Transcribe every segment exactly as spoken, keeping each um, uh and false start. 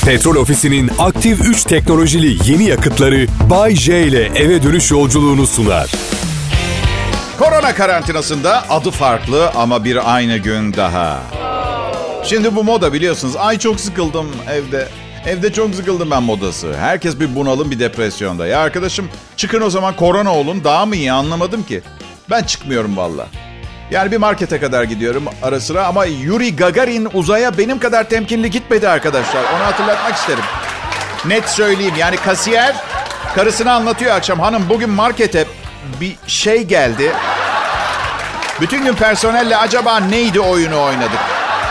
Petrol Ofisi'nin aktif üç teknolojili yeni yakıtları Bay J ile eve dönüş yolculuğunu sunar. Korona karantinasında adı farklı ama bir aynı gün daha. Şimdi bu moda biliyorsunuz. Ay çok sıkıldım evde. Evde çok sıkıldım ben modası. Herkes bir bunalım, bir depresyonda. Ya arkadaşım çıkın o zaman korona olun. Daha mı iyi, anlamadım ki. Ben çıkmıyorum valla. Yani bir markete kadar gidiyorum ara sıra ama Yuri Gagarin uzaya benim kadar temkinli gitmedi arkadaşlar. Onu hatırlatmak isterim. Net söyleyeyim, yani kasiyer karısına anlatıyor akşam. Hanım bugün markete bir şey geldi. Bütün gün personelle acaba neydi oyunu oynadık.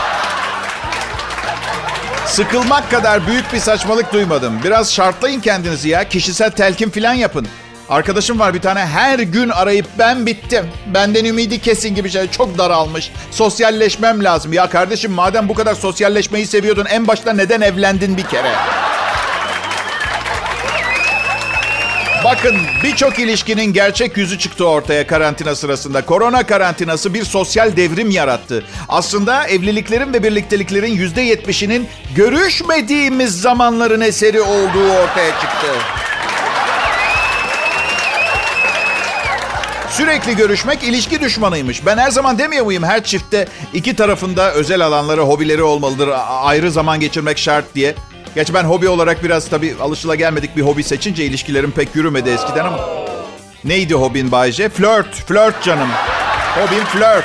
Sıkılmak kadar büyük bir saçmalık duymadım. Biraz şartlayın kendinizi ya. Kişisel telkin falan yapın. Arkadaşım var bir tane, her gün arayıp ben bittim, benden ümidi kesin gibi şey, çok daralmış, sosyalleşmem lazım. Ya kardeşim madem bu kadar sosyalleşmeyi seviyordun en başta neden evlendin bir kere? Bakın birçok ilişkinin gerçek yüzü çıktı ortaya karantina sırasında. Korona karantinası bir sosyal devrim yarattı. Aslında evliliklerin ve birlikteliklerin yüzde yetmişinin görüşmediğimiz zamanların eseri olduğu ortaya çıktı. Sürekli görüşmek ilişki düşmanıymış. Ben her zaman demiyor muyum her çiftte iki tarafında özel alanları, hobileri olmalıdır. Ayrı zaman geçirmek şart diye. Gerçi ben hobi olarak biraz tabii alışılagelmedik bir hobi seçince ilişkilerim pek yürümedi eskiden ama. Neydi hobin Bay J? Flört. Flört canım. Hobim flört.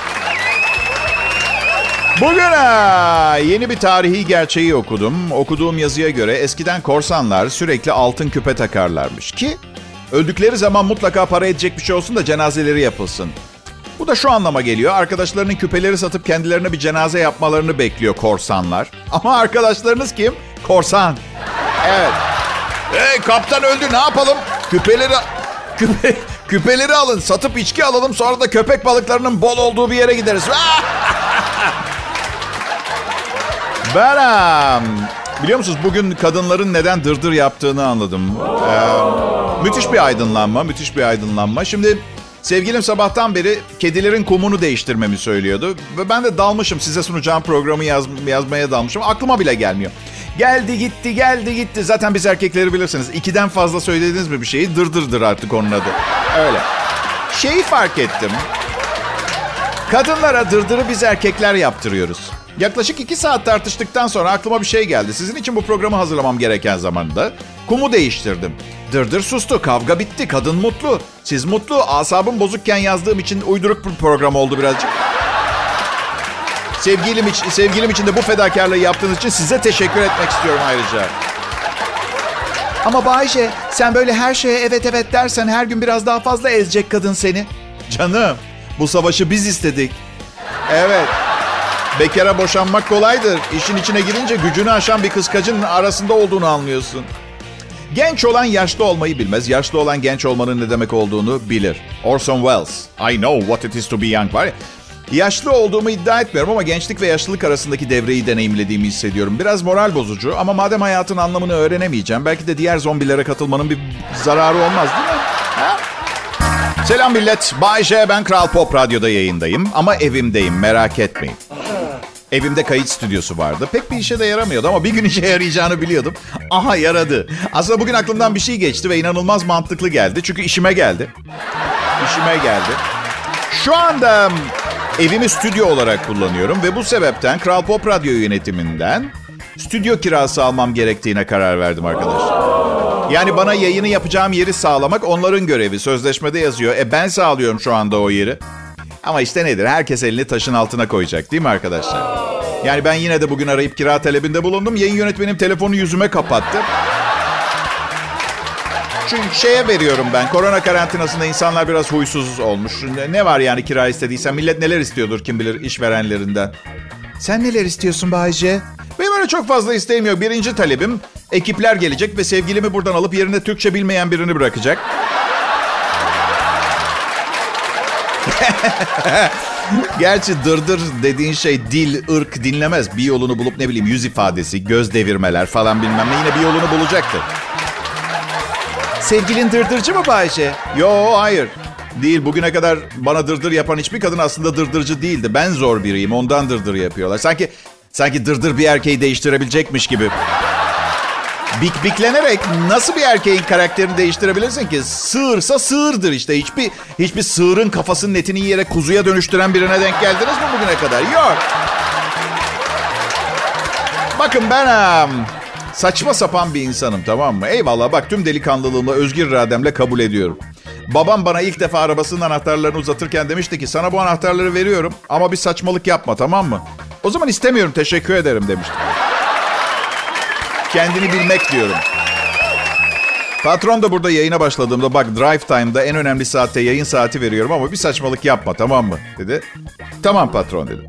Bugün ha, yeni bir tarihi gerçeği okudum. Okuduğum yazıya göre eskiden korsanlar sürekli altın küpe takarlarmış ki öldükleri zaman mutlaka para edecek bir şey olsun da cenazeleri yapılsın. Bu da şu anlama geliyor. Arkadaşlarının küpeleri satıp kendilerine bir cenaze yapmalarını bekliyor korsanlar. Ama arkadaşlarınız kim? Korsan. Evet. Hey kaptan öldü, ne yapalım? Küpeleri küpe, küpeleri alın. Satıp içki alalım. Sonra da köpek balıklarının bol olduğu bir yere gideriz. Ben um, biliyor musunuz bugün kadınların neden dırdır yaptığını anladım. Ee, müthiş bir aydınlanma, müthiş bir aydınlanma. Şimdi sevgilim sabahtan beri kedilerin kumunu değiştirmemi söylüyordu. Ve ben de dalmışım, size sunacağım programı yaz, yazmaya dalmışım. Aklıma bile gelmiyor. Geldi gitti, geldi gitti. Zaten biz erkekleri bilirsiniz. İkiden fazla söylediğiniz mi bir şeyi dırdırdır artık onun adı. Öyle. Şeyi fark ettim. Kadınlara dırdırı biz erkekler yaptırıyoruz. Yaklaşık iki saat tartıştıktan sonra aklıma bir şey geldi. Sizin için bu programı hazırlamam gereken zamanda kumu değiştirdim. Dırdır sustu, kavga bitti, kadın mutlu. Siz mutlu, asabım bozukken yazdığım için uyduruk bir program oldu birazcık. Sevgilim için, sevgilim için de bu fedakarlığı yaptığınız için size teşekkür etmek istiyorum ayrıca. Ama Bayce, sen böyle her şeye evet evet dersen her gün biraz daha fazla ezecek kadın seni. Canım, bu savaşı biz istedik. Evet. Bekara boşanmak kolaydır. İşin içine girince gücünü aşan bir kıskacın arasında olduğunu anlıyorsun. Genç olan yaşlı olmayı bilmez. Yaşlı olan genç olmanın ne demek olduğunu bilir. Orson Welles. I know what it is to be young. Var ya, yaşlı olduğumu iddia etmiyorum ama gençlik ve yaşlılık arasındaki devreyi deneyimlediğimi hissediyorum. Biraz moral bozucu ama madem hayatın anlamını öğrenemeyeceğim, belki de diğer zombilere katılmanın bir zararı olmaz değil mi? Ha? Selam millet. Bay J, ben Kral Pop Radyo'da yayındayım ama evimdeyim, merak etmeyin. Evimde kayıt stüdyosu vardı. Pek bir işe de yaramıyordu ama bir gün işe yarayacağını biliyordum. Aha, yaradı. Aslında bugün aklımdan bir şey geçti ve inanılmaz mantıklı geldi. Çünkü işime geldi. İşime geldi. Şu anda evimi stüdyo olarak kullanıyorum ve bu sebepten Kral Pop Radyo yönetiminden stüdyo kirası almam gerektiğine karar verdim arkadaşlar. Yani bana yayını yapacağım yeri sağlamak onların görevi. Sözleşmede yazıyor. E ben sağlıyorum şu anda o yeri. Ama işte nedir? Herkes elini taşın altına koyacak değil mi arkadaşlar? Yani ben yine de bugün arayıp kira talebinde bulundum. Yayın yönetmenim telefonu yüzüme kapattı. Çünkü şeye veriyorum ben. Korona karantinasında insanlar biraz huysuz olmuş. Ne var yani kira istediysen? Millet neler istiyordur kim bilir işverenlerinden. Sen neler istiyorsun Bayce? Benim öyle çok fazla isteğim yok. Birinci talebim, ekipler gelecek ve sevgilimi buradan alıp yerine Türkçe bilmeyen birini bırakacak. Gerçi dırdır dediğin şey dil, ırk dinlemez. Bir yolunu bulup ne bileyim yüz ifadesi, göz devirmeler falan bilmem ne yine bir yolunu bulacaktır. Sevgilin dırdırcı mı Bayce? Yo, hayır. Değil, bugüne kadar bana dırdır yapan hiçbir kadın aslında dırdırcı değildi. Ben zor biriyim, ondan dırdır yapıyorlar. Sanki sanki dırdır bir erkeği değiştirebilecekmiş gibi. Bik biklenerek nasıl bir erkeğin karakterini değiştirebilirsin ki? Sığırsa sığırdır işte. Hiçbir hiçbir sığırın kafasının etini yiyerek kuzuya dönüştüren birine denk geldiniz mi bugüne kadar? Yok. Bakın ben um, saçma sapan bir insanım, tamam mı? Eyvallah, bak tüm delikanlılığımla, özgür irademle kabul ediyorum. Babam bana ilk defa arabasının anahtarlarını uzatırken demişti ki sana bu anahtarları veriyorum ama bir saçmalık yapma, tamam mı? O zaman istemiyorum, teşekkür ederim demiştim. Kendini bilmek diyorum. Patron da burada yayına başladığımda bak drive time'da en önemli saatte yayın saati veriyorum ama bir saçmalık yapma, tamam mı? Dedi. Tamam patron dedim.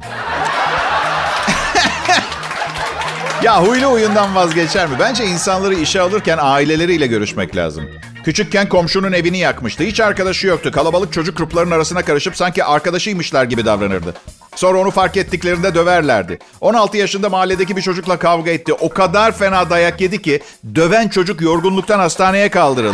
Ya huylu huyundan vazgeçer mi? Bence insanları işe alırken aileleriyle görüşmek lazım. Küçükken komşunun evini yakmıştı. Hiç arkadaşı yoktu. Kalabalık çocuk gruplarının arasına karışıp sanki arkadaşıymışlar gibi davranırdı. Sonra onu fark ettiklerinde döverlerdi. on altı yaşında mahalledeki bir çocukla kavga etti. O kadar fena dayak yedi ki döven çocuk yorgunluktan hastaneye kaldırıldı.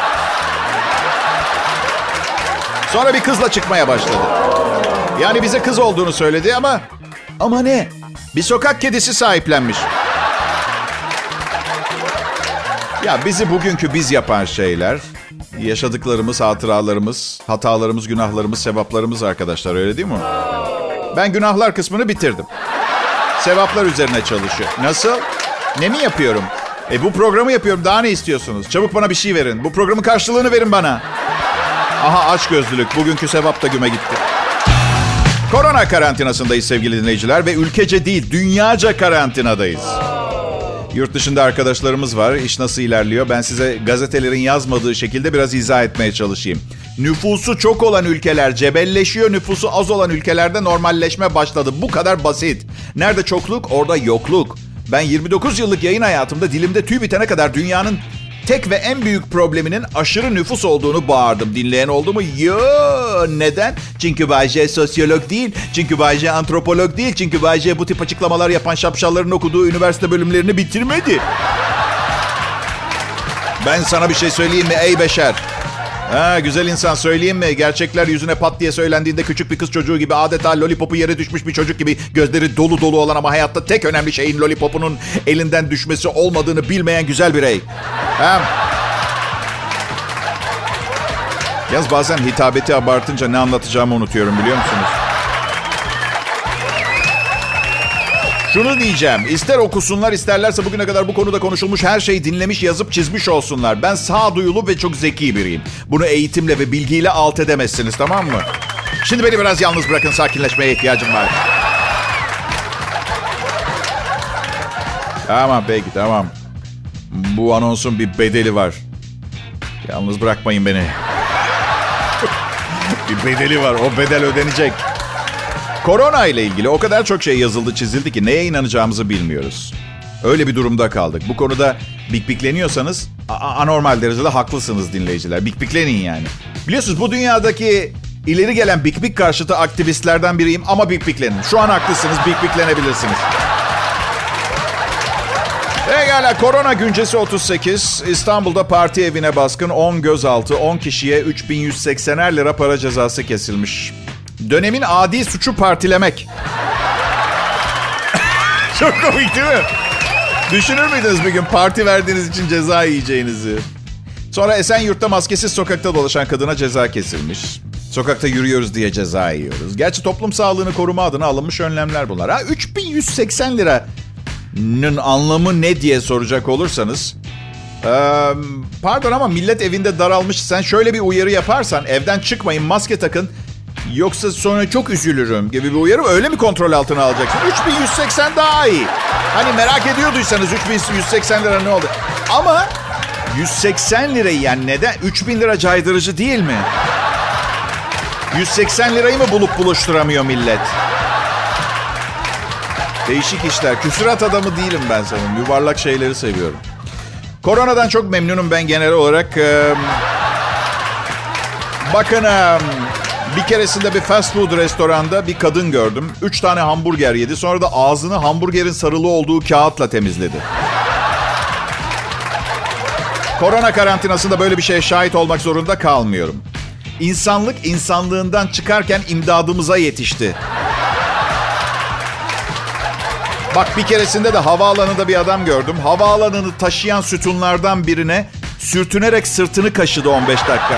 Sonra bir kızla çıkmaya başladı. Yani bize kız olduğunu söyledi ama... Ama ne? Bir sokak kedisi sahiplenmiş. Ya bizi bugünkü biz yapan şeyler, yaşadıklarımız, hatıralarımız, hatalarımız, günahlarımız, sevaplarımız arkadaşlar, öyle değil mi? Ben günahlar kısmını bitirdim. Sevaplar üzerine çalışıyor. Nasıl? Ne mi yapıyorum? E bu programı yapıyorum, daha ne istiyorsunuz? Çabuk bana bir şey verin. Bu programın karşılığını verin bana. Aha açgözlülük, bugünkü sevap da güme gitti. Korona karantinasındayız sevgili dinleyiciler ve ülkece değil, dünyaca karantinadayız. Yurt dışında arkadaşlarımız var. İş nasıl ilerliyor? Ben size gazetelerin yazmadığı şekilde biraz izah etmeye çalışayım. Nüfusu çok olan ülkeler cebelleşiyor. Nüfusu az olan ülkelerde normalleşme başladı. Bu kadar basit. Nerede çokluk, orada yokluk. Ben yirmi dokuz yıllık yayın hayatımda dilimde tüy bitene kadar dünyanın tek ve en büyük probleminin aşırı nüfus olduğunu bağırdım. Dinleyen oldu mu? Yo, neden? Çünkü Bay J sosyolog değil. Çünkü Bay J antropolog değil. Çünkü Bay J bu tip açıklamalar yapan şapşalların okuduğu üniversite bölümlerini bitirmedi. Ben sana bir şey söyleyeyim mi ey beşer? Ha, güzel insan, söyleyeyim mi? Gerçekler yüzüne pat diye söylendiğinde küçük bir kız çocuğu gibi, adeta lollipopu yere düşmüş bir çocuk gibi, gözleri dolu dolu olan ama hayatta tek önemli şeyin lollipopunun elinden düşmesi olmadığını bilmeyen güzel birey. Ha? Yalnız bazen hitabeti abartınca ne anlatacağımı unutuyorum, biliyor musunuz? Şunu diyeceğim. İster okusunlar, isterlerse bugüne kadar bu konuda konuşulmuş her şeyi dinlemiş, yazıp çizmiş olsunlar. Ben sağduyulu ve çok zeki biriyim. Bunu eğitimle ve bilgiyle alt edemezsiniz, tamam mı? Şimdi beni biraz yalnız bırakın, sakinleşmeye ihtiyacım var. Tamam peki, tamam. Bu anonsun bir bedeli var. Yalnız bırakmayın beni. Bir bedeli var, o bedel ödenecek. Korona ile ilgili o kadar çok şey yazıldı, çizildi ki neye inanacağımızı bilmiyoruz. Öyle bir durumda kaldık. Bu konuda bikbikleniyorsanız a- anormal derecede haklısınız dinleyiciler. Bikbiklenin yani. Biliyorsunuz bu dünyadaki ileri gelen bikbik karşıtı aktivistlerden biriyim ama bikbiklenin. Şu an haklısınız, bikbiklenebilirsiniz. Pekala, korona güncesi otuz sekiz. İstanbul'da parti evine baskın, on gözaltı, on kişiye üç bin yüz seksener lira para cezası kesilmiş. Dönemin adi suçu partilemek. Çok komik değil mi? Düşünür müydünüz bir gün parti verdiğiniz için ceza yiyeceğinizi? Sonra Esenyurt'ta maskesiz sokakta dolaşan kadına ceza kesilmiş. Sokakta yürüyoruz diye ceza yiyoruz. Gerçi toplum sağlığını koruma adına alınmış önlemler bunlar. Ha, üç bin yüz seksen liranın anlamı ne diye soracak olursanız... Ee, pardon ama millet evinde daralmış. Sen şöyle bir uyarı yaparsan, evden çıkmayın, maske takın. Yoksa sonra çok üzülürüm gibi bir uyarı, öyle mi kontrol altına alacaksın? üç bin yüz seksen daha iyi. Hani merak ediyorduysanız üç bin yüz seksen lira ne oldu? Ama yüz seksen lirayı yani neden? üç bin lira caydırıcı değil mi? yüz seksen lirayı mı bulup buluşturamıyor millet? Değişik işler. Küsurat adamı değilim ben sanırım. Yuvarlak şeyleri seviyorum. Koronadan çok memnunum ben genel olarak. Ee, bakın... Ee, Bir keresinde bir fast food restoranda bir kadın gördüm. Üç tane hamburger yedi. Sonra da ağzını hamburgerin sarılı olduğu kağıtla temizledi. Korona karantinasında böyle bir şeye şahit olmak zorunda kalmıyorum. İnsanlık insanlığından çıkarken imdadımıza yetişti. Bak bir keresinde de havaalanında bir adam gördüm. Havaalanını taşıyan sütunlardan birine sürtünerek sırtını kaşıdı on beş dakika.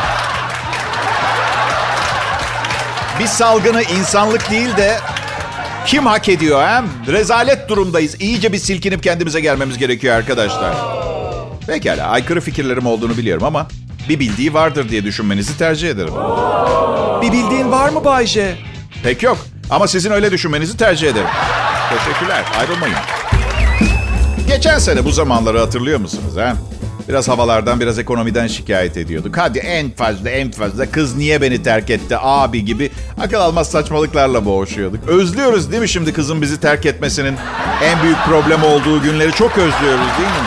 Bir salgını insanlık değil de kim hak ediyor ha? Rezalet durumdayız. İyice bir silkinip kendimize gelmemiz gerekiyor arkadaşlar. Pekala, aykırı fikirlerim olduğunu biliyorum ama bir bildiği vardır diye düşünmenizi tercih ederim. Bir bildiğin var mı Bay J? Pek yok ama sizin öyle düşünmenizi tercih ederim. Teşekkürler, ayrılmayın. Geçen sene bu zamanları hatırlıyor musunuz ha? Biraz havalardan, biraz ekonomiden şikayet ediyorduk. Hadi en fazla en fazla kız niye beni terk etti abi gibi akıl almaz saçmalıklarla boğuşuyorduk. Özlüyoruz değil mi şimdi kızın bizi terk etmesinin en büyük problem olduğu günleri çok özlüyoruz değil mi?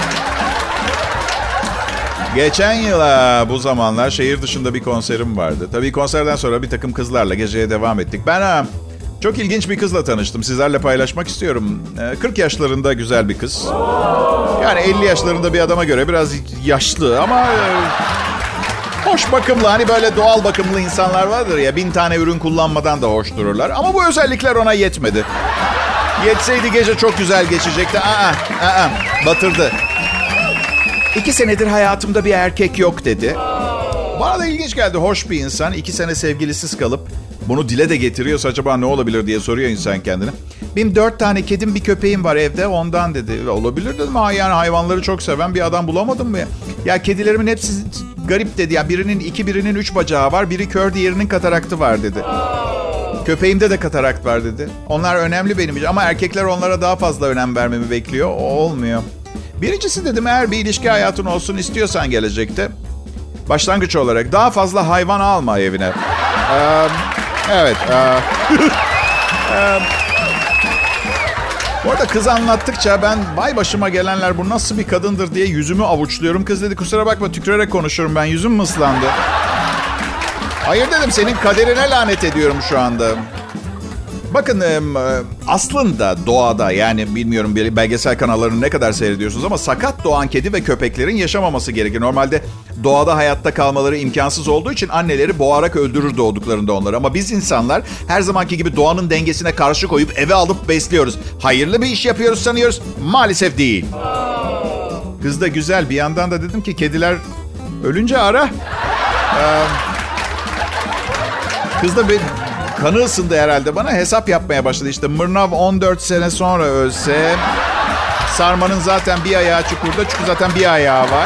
Geçen yıl bu zamanlar şehir dışında bir konserim vardı. Tabii konserden sonra bir takım kızlarla geceye devam ettik. Ben ha, çok ilginç bir kızla tanıştım. Sizlerle paylaşmak istiyorum. kırk yaşlarında güzel bir kız. Yani elli yaşlarında bir adama göre biraz yaşlı ama hoş bakımlı. Hani böyle doğal bakımlı insanlar vardır ya. Bin tane ürün kullanmadan da hoş dururlar. Ama bu özellikler ona yetmedi. Yetseydi gece çok güzel geçecekti. Aa, aa, batırdı. İki senedir hayatımda bir erkek yok dedi. Bana da ilginç geldi. Hoş bir insan. İki sene sevgilisiz kalıp bunu dile de getiriyorsa acaba ne olabilir diye soruyor insan kendine. Benim dört tane kedim, bir köpeğim var evde, ondan dedi. Olabilir dedim. Ha, yani hayvanları çok seven bir adam bulamadım mı ya? Ya kedilerimin hepsi garip dedi. Ya birinin iki, birinin üç bacağı var. Biri kör, diğerinin kataraktı var dedi. Köpeğimde de katarakt var dedi. Onlar önemli benim için ama erkekler onlara daha fazla önem vermemi bekliyor. O olmuyor. Birincisi dedim, eğer bir ilişki hayatın olsun istiyorsan gelecekte, başlangıç olarak daha fazla hayvan alma evine. Ee, evet. E, e, bu arada kız anlattıkça ben vay başıma gelenler bu nasıl bir kadındır diye yüzümü avuçluyorum. Kız dedi kusura bakma tükrerek konuşuyorum ben, yüzüm mü ıslandı? Hayır dedim, senin kaderine lanet ediyorum şu anda. Bakın aslında doğada, yani bilmiyorum belgesel kanallarını ne kadar seyrediyorsunuz ama sakat doğan kedi ve köpeklerin yaşamaması gerekir. Normalde doğada hayatta kalmaları imkansız olduğu için anneleri boğarak öldürür doğduklarında onları. Ama biz insanlar her zamanki gibi doğanın dengesine karşı koyup eve alıp besliyoruz. Hayırlı bir iş yapıyoruz sanıyoruz. Maalesef değil. Kız da güzel. Bir yandan da dedim ki kediler ölünce ara. Ee, kız da bir kanı ısındı herhalde bana. Hesap yapmaya başladı. İşte Mırnav on dört sene sonra ölse, Sarman'ın zaten bir ayağı çukurda çünkü zaten bir ayağı var.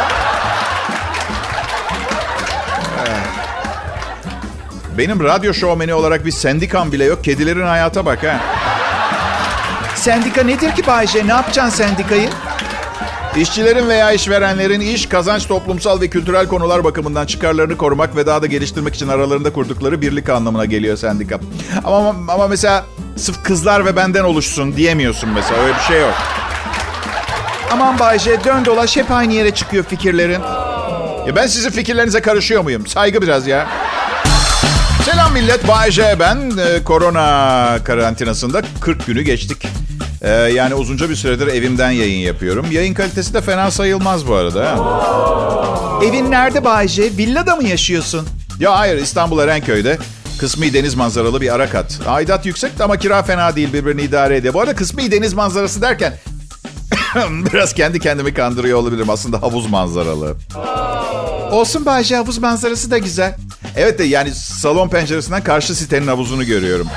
Benim radyo şovmeni olarak bir sendikam bile yok. Kedilerin hayata bak ha. Sendika nedir ki Bay J? Ne yapacaksın sendikayı? İşçilerin veya işverenlerin iş, kazanç, toplumsal ve kültürel konular bakımından çıkarlarını korumak ve daha da geliştirmek için aralarında kurdukları birlik anlamına geliyor sendika. Ama ama mesela sırf kızlar ve benden oluşsun diyemiyorsun mesela. Öyle bir şey yok. Aman Bay J, dön dolaş hep aynı yere çıkıyor fikirlerin. Ya ben sizin fikirlerinize karışıyor muyum? Saygı biraz ya. Selam millet, Bay J ben. Ee, korona karantinasında kırk günü geçtik. Ee, yani uzunca bir süredir evimden yayın yapıyorum. Yayın kalitesi de fena sayılmaz bu arada. Ha? Evin nerede Bay J? Villada mı yaşıyorsun? Ya hayır, İstanbul Erenköy'de. Kısmi deniz manzaralı bir ara kat. Aidat yüksek ama kira fena değil, birbirini idare ediyor. Bu arada kısmi deniz manzarası derken biraz kendi kendimi kandırıyor olabilirim. Aslında havuz manzaralı. Olsun Bay J, havuz manzarası da güzel. Evet de yani salon penceresinden karşı sitenin havuzunu görüyorum.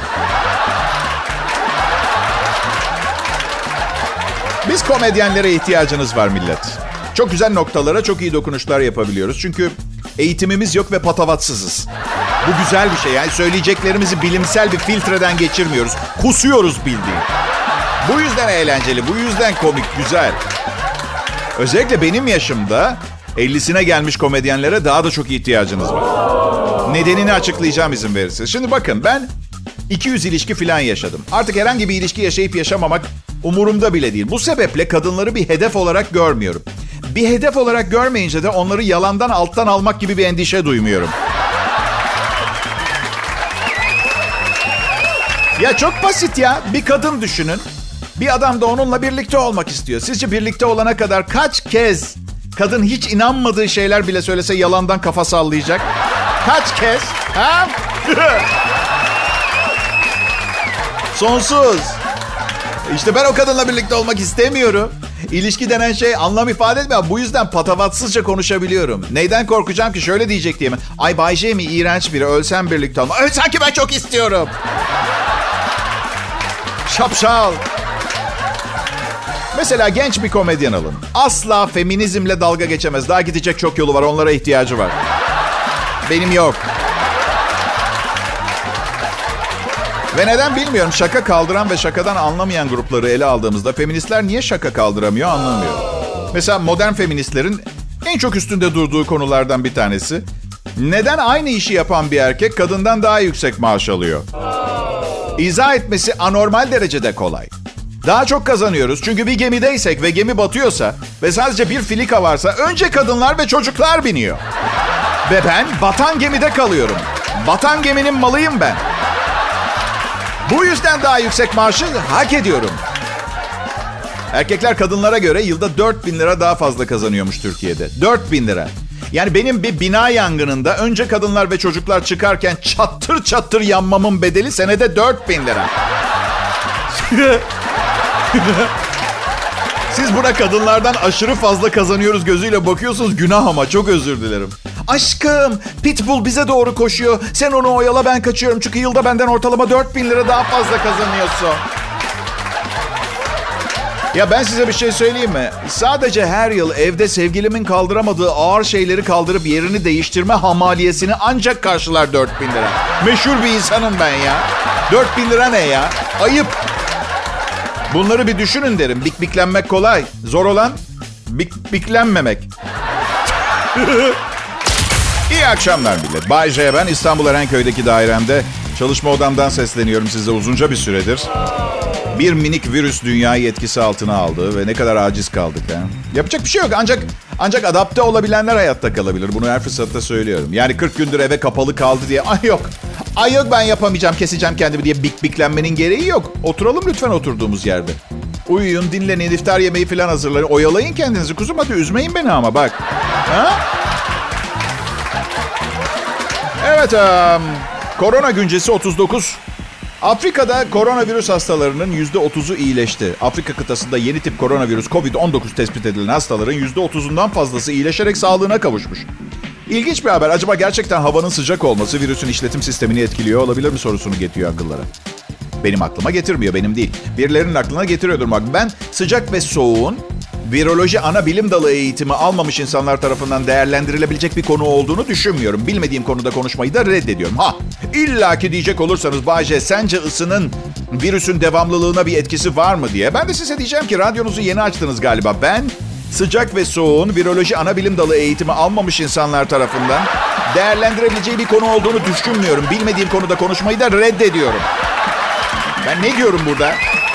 Biz komedyenlere ihtiyacınız var millet. Çok güzel noktalara çok iyi dokunuşlar yapabiliyoruz. Çünkü eğitimimiz yok ve patavatsızız. Bu güzel bir şey. Yani söyleyeceklerimizi bilimsel bir filtreden geçirmiyoruz. Kusuyoruz bildiğin. Bu yüzden eğlenceli, bu yüzden komik, güzel. Özellikle benim yaşımda ellisine gelmiş komedyenlere daha da çok ihtiyacınız var. Nedenini açıklayacağım izin verirseniz. Şimdi bakın, ben iki yüz ilişki falan yaşadım. Artık herhangi bir ilişki yaşayıp yaşamamak umurumda bile değil. Bu sebeple kadınları bir hedef olarak görmüyorum. Bir hedef olarak görmeyince de onları yalandan alttan almak gibi bir endişe duymuyorum. Ya çok basit ya. Bir kadın düşünün. Bir adam da onunla birlikte olmak istiyor. Sizce birlikte olana kadar kaç kez kadın hiç inanmadığı şeyler bile söylese yalandan kafa sallayacak? Kaç kez? Ha? Sonsuz. İşte ben o kadınla birlikte olmak istemiyorum. İlişki denen şey anlam ifade etmiyor. Bu yüzden patavatsızca konuşabiliyorum. Neyden korkacağım ki? Şöyle diyecek diye mi? Ay Bay J mi? İğrenç biri. Ölsem birlikte olma. Ay, sanki ben çok istiyorum. Şapşal. Mesela genç bir komedyen alın. Asla feminizmle dalga geçemez. Daha gidecek çok yolu var. Onlara ihtiyacı var. Benim yok. Ve neden bilmiyorum, şaka kaldıran ve şakadan anlamayan grupları ele aldığımızda feministler niye şaka kaldıramıyor anlamıyorum. Mesela modern feministlerin en çok üstünde durduğu konulardan bir tanesi. Neden aynı işi yapan bir erkek kadından daha yüksek maaş alıyor? İzah etmesi anormal derecede kolay. Daha çok kazanıyoruz çünkü bir gemideysek ve gemi batıyorsa ve sadece bir filika varsa önce kadınlar ve çocuklar biniyor. Ve ben batan gemide kalıyorum. Batan geminin malıyım ben. Bu yüzden daha yüksek maaşı hak ediyorum. Erkekler kadınlara göre yılda dört bin lira daha fazla kazanıyormuş Türkiye'de. dört bin lira. Yani benim bir bina yangınında önce kadınlar ve çocuklar çıkarken çattır çattır yanmamın bedeli senede dört bin lira. Siz buna kadınlardan aşırı fazla kazanıyoruz gözüyle bakıyorsunuz. Günah ama, çok özür dilerim. Aşkım, Pitbull bize doğru koşuyor. Sen onu oyala, ben kaçıyorum. Çünkü yılda benden ortalama dört bin lira daha fazla kazanıyorsun. Ya ben size bir şey söyleyeyim mi? Sadece her yıl evde sevgilimin kaldıramadığı ağır şeyleri kaldırıp yerini değiştirme hamaliyesini ancak karşılar dört bin lira. Meşhur bir insanım ben ya. dört bin lira ne ya? Ayıp. Bunları bir düşünün derim. Bik biklenmek kolay. Zor olan bik biklenmemek. İyi akşamlar millet. Bay J ben. İstanbul Erenköy'deki dairemde çalışma odamdan sesleniyorum size uzunca bir süredir. Bir minik virüs dünyayı etkisi altına aldı ve ne kadar aciz kaldık. He? Yapacak bir şey yok. Ancak ancak adapte olabilenler hayatta kalabilir. Bunu her fırsatta söylüyorum. Yani kırk gündür eve kapalı kaldı diye ay yok. Ay yok ben yapamayacağım, keseceğim kendimi diye bik biklenmenin gereği yok. Oturalım lütfen oturduğumuz yerde. Uyuyun, dinlenin, iftar yemeği falan hazırlayın. Oyalayın kendinizi kuzum, hadi üzmeyin beni ama bak. Ha? Evet, um, korona güncesi otuz dokuz. Afrika'da koronavirüs hastalarının yüzde otuzu iyileşti. Afrika kıtasında yeni tip koronavirüs kovid on dokuz tespit edilen hastaların yüzde otuzundan fazlası iyileşerek sağlığına kavuşmuş. İlginç bir haber. Acaba gerçekten havanın sıcak olması virüsün işletim sistemini etkiliyor olabilir mi sorusunu getiriyor akıllara. Benim aklıma getirmiyor, benim değil. Birilerinin aklına getiriyordur bak. Ben sıcak ve soğuğun viroloji ana bilim dalı eğitimi almamış insanlar tarafından değerlendirilebilecek bir konu olduğunu düşünmüyorum. Bilmediğim konuda konuşmayı da reddediyorum. Ha, illaki diyecek olursanız Bay J, sence ısının virüsün devamlılığına bir etkisi var mı diye. Ben de size diyeceğim ki radyonuzu yeni açtınız galiba. Ben sıcak ve soğuğun viroloji ana bilim dalı eğitimi almamış insanlar tarafından değerlendirebileceği bir konu olduğunu düşünmüyorum. Bilmediğim konuda konuşmayı da reddediyorum. Ben ne diyorum burada?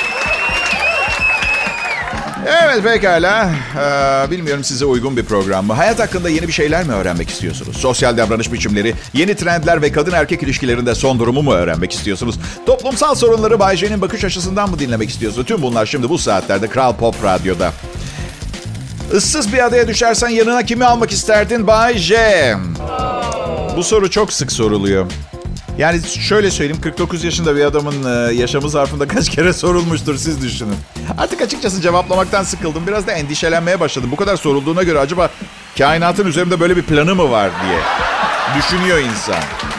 Evet pekala. Ee, bilmiyorum size uygun bir program mı? Hayat hakkında yeni bir şeyler mi öğrenmek istiyorsunuz? Sosyal davranış biçimleri, yeni trendler ve kadın erkek ilişkilerinde son durumu mu öğrenmek istiyorsunuz? Toplumsal sorunları Bay J'nin bakış açısından mı dinlemek istiyorsunuz? Tüm bunlar şimdi bu saatlerde Kral Pop Radyo'da. Issız bir adaya düşersen yanına kimi almak isterdin Bay J? Bu soru çok sık soruluyor. Yani şöyle söyleyeyim, kırk dokuz yaşında bir adamın yaşamı zarfında kaç kere sorulmuştur siz düşünün. Artık açıkçası cevaplamaktan sıkıldım. Biraz da endişelenmeye başladım. Bu kadar sorulduğuna göre acaba kainatın üzerinde böyle bir planı mı var diye düşünüyor insan.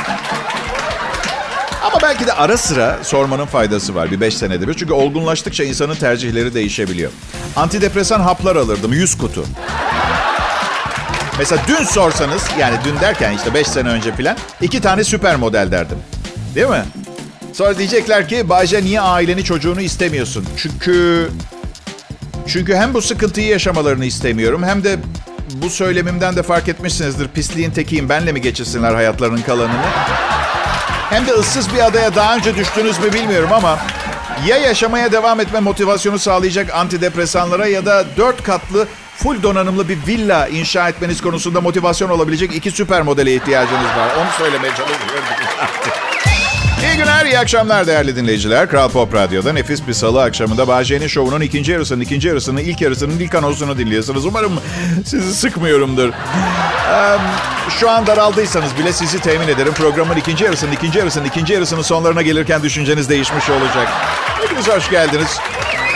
Ama belki de ara sıra sormanın faydası var bir beş senede bir. Çünkü olgunlaştıkça insanın tercihleri değişebiliyor. Antidepresan haplar alırdım, yüz kutu. Mesela dün sorsanız, yani dün derken işte beş sene önce falan, iki tane süper model derdim. Değil mi? Sonra diyecekler ki Bay J niye aileni çocuğunu istemiyorsun? Çünkü çünkü hem bu sıkıntıyı yaşamalarını istemiyorum, hem de bu söylemimden de fark etmişsinizdir, pisliğin tekiyim, benle mi geçirsinler hayatlarının kalanını? Hem de ıssız bir adaya daha önce düştünüz mü bilmiyorum ama ya yaşamaya devam etme motivasyonu sağlayacak antidepresanlara ya da dört katlı full donanımlı bir villa inşa etmeniz konusunda motivasyon olabilecek iki süper modele ihtiyacınız var. Onu söylemeye çalışıyorum. İyi günler, iyi akşamlar değerli dinleyiciler. Kral Pop Radyo'da nefis bir salı akşamında Bay J'nin şovunun ikinci yarısının, ikinci yarısının, ilk yarısının ilk anonsunu dinliyorsunuz. Umarım sizi sıkmıyorumdur. Ee, şu an daraldıysanız bile sizi temin ederim. Programın ikinci yarısının, ikinci yarısının, ikinci yarısının sonlarına gelirken düşünceniz değişmiş olacak. Hepiniz hoş geldiniz.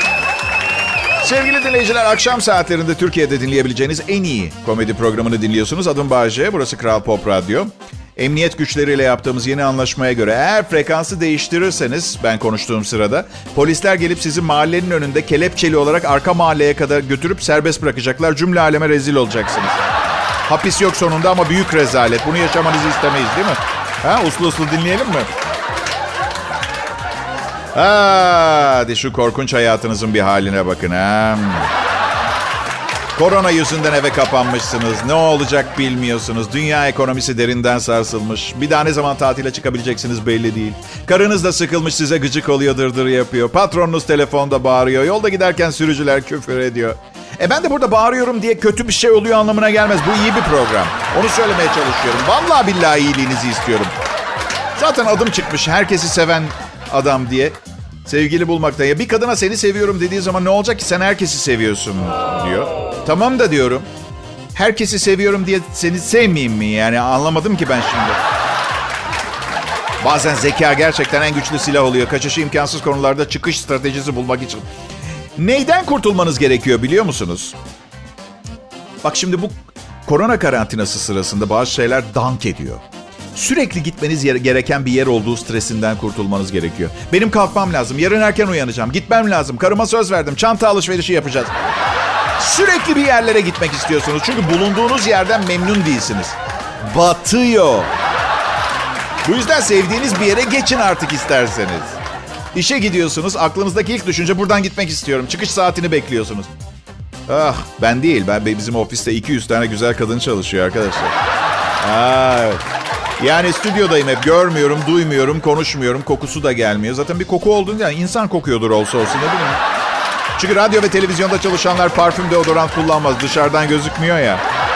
Sevgili dinleyiciler, akşam saatlerinde Türkiye'de dinleyebileceğiniz en iyi komedi programını dinliyorsunuz. Adım Bayece, burası Kral Pop Radyo. Emniyet güçleriyle yaptığımız yeni anlaşmaya göre eğer frekansı değiştirirseniz ben konuştuğum sırada polisler gelip sizi mahallenin önünde kelepçeli olarak arka mahalleye kadar götürüp serbest bırakacaklar. Cümle aleme rezil olacaksınız. Hapis yok sonunda ama büyük rezalet. Bunu yaşamanızı istemeyiz değil mi? Ha, uslu uslu dinleyelim mi? Hadi şu korkunç hayatınızın bir haline bakın. Ha. Korona yüzünden eve kapanmışsınız. Ne olacak bilmiyorsunuz. Dünya ekonomisi derinden sarsılmış. Bir daha ne zaman tatile çıkabileceksiniz belli değil. Karınız da sıkılmış, size gıcık oluyor, dırdır yapıyor. Patronunuz telefonda bağırıyor. Yolda giderken sürücüler küfür ediyor. E ben de burada bağırıyorum diye kötü bir şey oluyor anlamına gelmez. Bu iyi bir program. Onu söylemeye çalışıyorum. Vallahi billahi iyiliğinizi istiyorum. Zaten adım çıkmış herkesi seven adam diye. Sevgili bulmaktan. Ya bir kadına seni seviyorum dediği zaman ne olacak ki, sen herkesi seviyorsun diyor. Tamam da diyorum. Herkesi seviyorum diye seni sevmeyeyim mi? Yani anlamadım ki ben şimdi. Bazen zeka gerçekten en güçlü silah oluyor. Kaçışı imkansız konularda çıkış stratejisi bulmak için. Neyden kurtulmanız gerekiyor biliyor musunuz? Bak şimdi bu korona karantinası sırasında bazı şeyler dank ediyor. Sürekli gitmeniz gereken bir yer olduğu stresinden kurtulmanız gerekiyor. Benim kalkmam lazım. Yarın erken uyanacağım. Gitmem lazım. Karıma söz verdim. Çanta alışverişi yapacağız. Sürekli bir yerlere gitmek istiyorsunuz. Çünkü bulunduğunuz yerden memnun değilsiniz. Batıyor. Bu yüzden sevdiğiniz bir yere geçin artık isterseniz. İşe gidiyorsunuz. Aklınızdaki ilk düşünce buradan gitmek istiyorum. Çıkış saatini bekliyorsunuz. Ah, ben değil. Ben bizim ofiste iki yüz tane güzel kadın çalışıyor arkadaşlar. Aa, evet. Yani stüdyodayım hep. Görmüyorum, duymuyorum, konuşmuyorum. Kokusu da gelmiyor. Zaten bir koku olduğunu, yani insan kokuyordur olsa olsun, ne bileyim. Çünkü radyo ve televizyonda çalışanlar parfüm, deodorant kullanmaz. Dışarıdan gözükmüyor ya.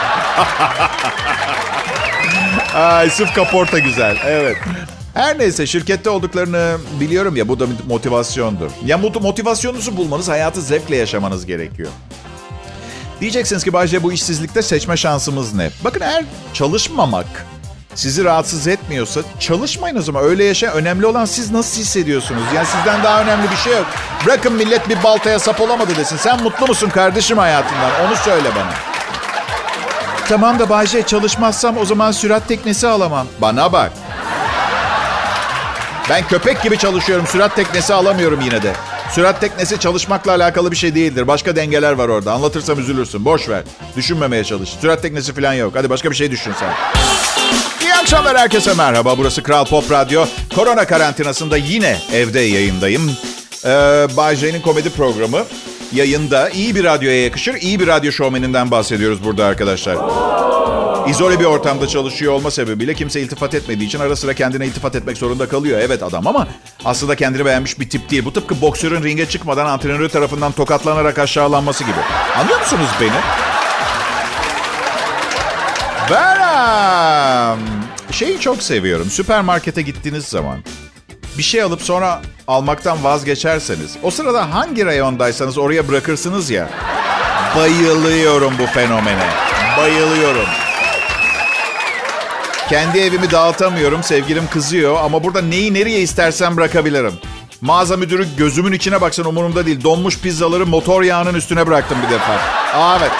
Ay, sırf kaporta güzel. Evet. Her neyse, şirkette olduklarını biliyorum ya, bu da motivasyondur. Ya motivasyonunuzu bulmanız, hayatı zevkle yaşamanız gerekiyor. Diyeceksiniz ki Bayce, bu işsizlikte seçme şansımız ne? Bakın, eğer çalışmamak sizi rahatsız etmiyorsa çalışmayın o zaman. Öyle yaşa. Önemli olan siz nasıl hissediyorsunuz. Yani sizden daha önemli bir şey yok. Bırakın millet bir baltaya sap olamadı desin. Sen mutlu musun kardeşim hayatından? Onu söyle bana. Tamam da Bayce, çalışmazsam o zaman sürat teknesi alamam. Bana bak. Ben köpek gibi çalışıyorum. Sürat teknesi alamıyorum yine de. Sürat teknesi çalışmakla alakalı bir şey değildir. Başka dengeler var orada. Anlatırsam üzülürsün. Boş ver. Düşünmemeye çalış. Sürat teknesi falan yok. Hadi başka bir şey düşün sen. İyi akşamlar herkese, merhaba. Burası Kral Pop Radyo. Korona karantinasında yine evde yayındayım. Ee, Bay J'nin komedi programı yayında. İyi bir radyoya yakışır, iyi bir radyo şovmeninden bahsediyoruz burada arkadaşlar. İzole bir ortamda çalışıyor olma sebebiyle kimse iltifat etmediği için ara sıra kendine iltifat etmek zorunda kalıyor. Evet adam, ama aslında kendini beğenmiş bir tip değil. Bu tıpkı boksörün ringe çıkmadan antrenörü tarafından tokatlanarak aşağılanması gibi. Anlıyor musunuz beni? Ben şeyi çok seviyorum. Süpermarkete gittiğiniz zaman bir şey alıp sonra almaktan vazgeçerseniz, o sırada hangi reyondaysanız oraya bırakırsınız ya. Bayılıyorum bu fenomene. Bayılıyorum. Kendi evimi dağıtamıyorum. Sevgilim kızıyor ama burada neyi nereye istersen bırakabilirim. Mağaza müdürü gözümün içine baksan umurumda değil. Donmuş pizzaları motor yağının üstüne bıraktım bir defa. Aa, evet.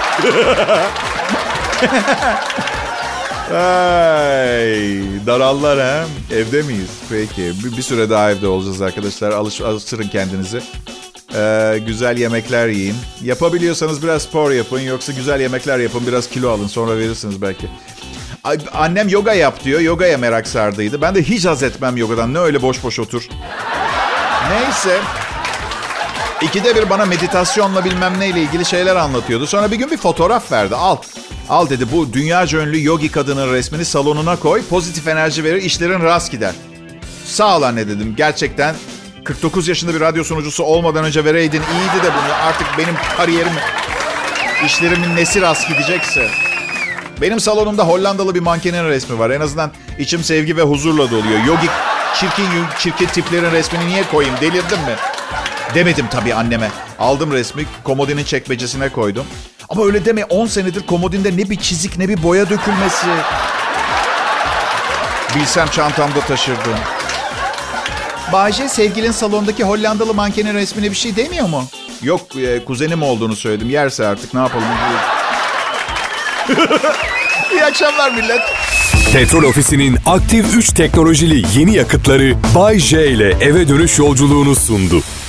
Ay, darallar ha. Evde miyiz? Peki. Bir, bir süre daha evde olacağız arkadaşlar. Alış, alıştırın kendinizi. Ee, güzel yemekler yiyin. Yapabiliyorsanız biraz spor yapın. Yoksa güzel yemekler yapın. Biraz kilo alın. Sonra verirsiniz belki. Ay, annem yoga yap diyor. Yogaya merak sardıydı. Ben de hiç haz etmem yogadan. Ne öyle boş boş otur. Neyse. İkide bir bana meditasyonla bilmem neyle ilgili şeyler anlatıyordu. Sonra bir gün bir fotoğraf verdi. Al. Al dedi, bu dünyaca ünlü yogi kadının resmini salonuna koy. Pozitif enerji verir, işlerin rast gider. Sağ ol anne dedim. Gerçekten kırk dokuz yaşında bir radyo sunucusu olmadan önce vereydin iyiydi de bunu. Artık benim kariyerim, işlerimin nesi rast gidecekse. Benim salonumda Hollandalı bir mankenin resmi var. En azından içim sevgi ve huzurla doluyor. Yogi çirkin, çirkin tiplerin resmini niye koyayım? Delirdim mi? Demedim tabii anneme. Aldım resmi, komodinin çekmecesine koydum. Ama öyle deme, on senedir komodinde ne bir çizik ne bir boya dökülmesi. Bilsem çantamda taşırdım. Bayce, sevgilin salondaki Hollandalı mankenin resmine bir şey demiyor mu? Yok e, kuzenim olduğunu söyledim. Yerse artık ne yapalım? İyi akşamlar millet. Petrol Ofisi'nin aktif üç teknolojili yeni yakıtları Bay J ile eve dönüş yolculuğunu sundu.